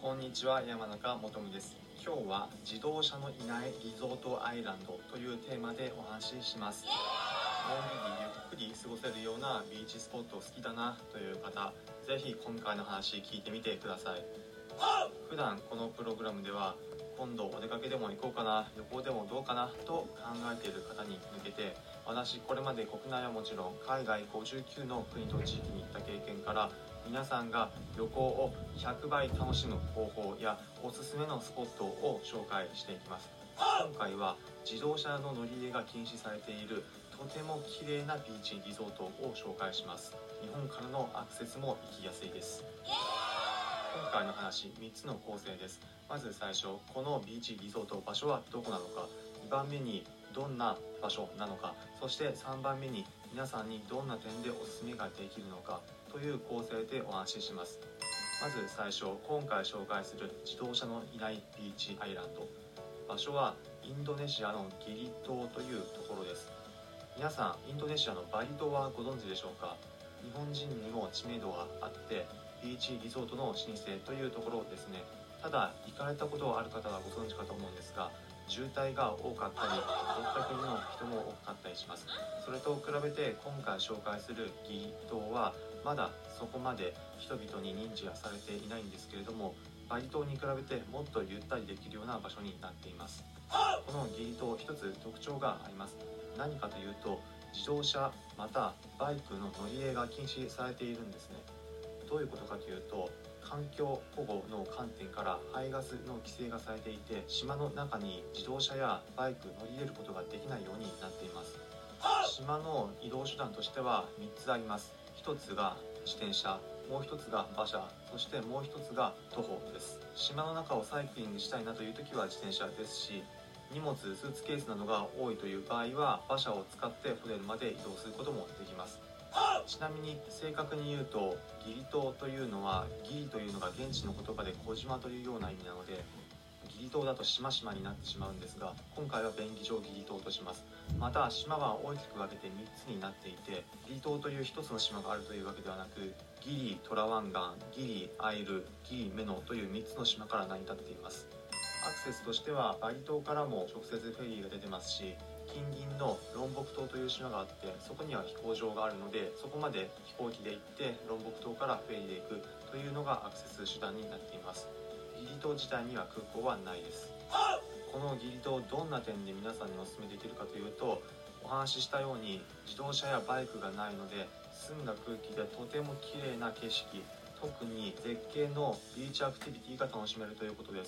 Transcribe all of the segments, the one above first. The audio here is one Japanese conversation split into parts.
こんにちは、山中もとみです。今日は自動車のいないリゾートアイランドというテーマでお話しします。のんびりゆっくり過ごせるようなビーチスポット好きだなという方、ぜひ今回の話聞いてみてください。普段このプログラムでは今度お出かけでも行こうかな、旅行でもどうかなと考えている方に向けて、私これまで国内はもちろん海外59の国と地域に行った経験から、皆さんが旅行を100倍楽しむ方法やおすすめのスポットを紹介していきます。今回は自動車の乗り入れが禁止されているとても綺麗なビーチリゾートを紹介します。日本からのアクセスも行きやすいです。今回の話、3つの構成です。まず最初、このビーチリゾート場所はどこなのか、2番目にどんな場所なのか、そして3番目に皆さんにどんな点でおすすめができるのかという構成でお話しします。まず最初、今回紹介する自動車のいないビーチアイランド、場所はインドネシアのギリ島というところです。皆さん、インドネシアのバリ島はご存知でしょうか？日本人にも知名度があってビーチリゾートの老舗というところですね。ただ行かれたことがある方はご存知かと思うんですが、渋滞が多かったりぼったくりの人も多かったりします。それと比べて今回紹介するギリ島はまだそこまで人々に認知はされていないんですけれども、バリ島に比べてもっとゆったりできるような場所になっています。このギリ島、一つ特徴があります。何かというと、自動車またバイクの乗り入れが禁止されているんですね。どういうことかというと、環境保護の観点から排ガスの規制がされていて、島の中に自動車やバイク乗り入れることができないようになっています。島の移動手段としては3つあります。1つが自転車、もう1つが馬車、そしてもう1つが徒歩です。島の中をサイクリングしたいなという時は自転車ですし、荷物、スーツケースなどが多いという場合は馬車を使ってホテルまで移動することもできます。ちなみに正確に言うと、ギリ島というのは、ギリというのが現地の言葉で小島というような意味なので、ギリ島だと島々になってしまうんですが、今回は便宜上ギリ島とします。また島は大きく分けて3つになっていて、ギリ島という1つの島があるというわけではなく、ギリトラワンガン、ギリアイル、ギリメノという3つの島から成り立っています。アクセスとしてはバリ島からも直接フェリーが出てますし、近隣のロンボク島という島があって、そこには飛行場があるので、そこまで飛行機で行ってロンボク島からフェリーで行くというのがアクセス手段になっています。ギリ島自体には空港はないです。このギリ島、どんな点で皆さんにお勧めできるかというと、お話ししたように自動車やバイクがないので、澄んだ空気でとても綺麗な景色、特に絶景のビーチアクティビティが楽しめるということです。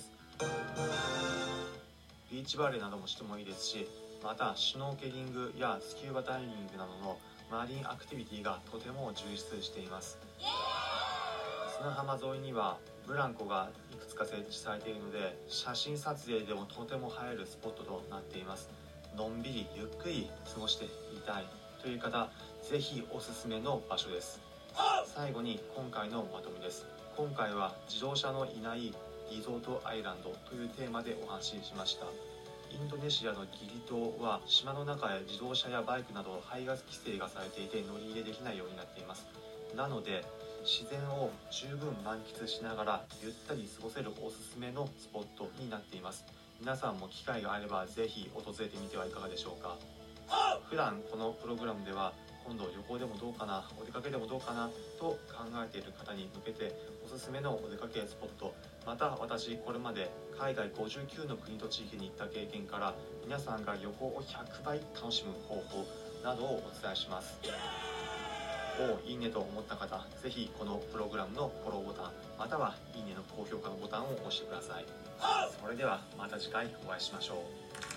ビーチバレーなどもしてもいいですし、またシュノーケリングやスキューバダイビングなどのマリンアクティビティがとても充実しています。砂浜沿いにはブランコがいくつか設置されているので、写真撮影でもとても映えるスポットとなっています。のんびりゆっくり過ごしていたいという方、ぜひおすすめの場所です。最後に今回のまとめです。今回は自動車のいないリゾートアイランドというテーマでお話ししました。インドネシアのギリ島は島の中へ自動車やバイクなど排ガス規制がされていて乗り入れできないようになっています。なので自然を十分満喫しながらゆったり過ごせるおすすめのスポットになっています。皆さんも機会があればぜひ訪れてみてはいかがでしょうか。普段このプログラムでは今度旅行でもどうかな、お出かけでもどうかなと考えている方に向けておすすめのお出かけスポット、また私これまで海外59の国と地域に行った経験から皆さんが旅行を100倍楽しむ方法などをお伝えします。いいねと思った方、ぜひこのプログラムのフォローボタン、またはいいねの高評価のボタンを押してください。それではまた次回お会いしましょう。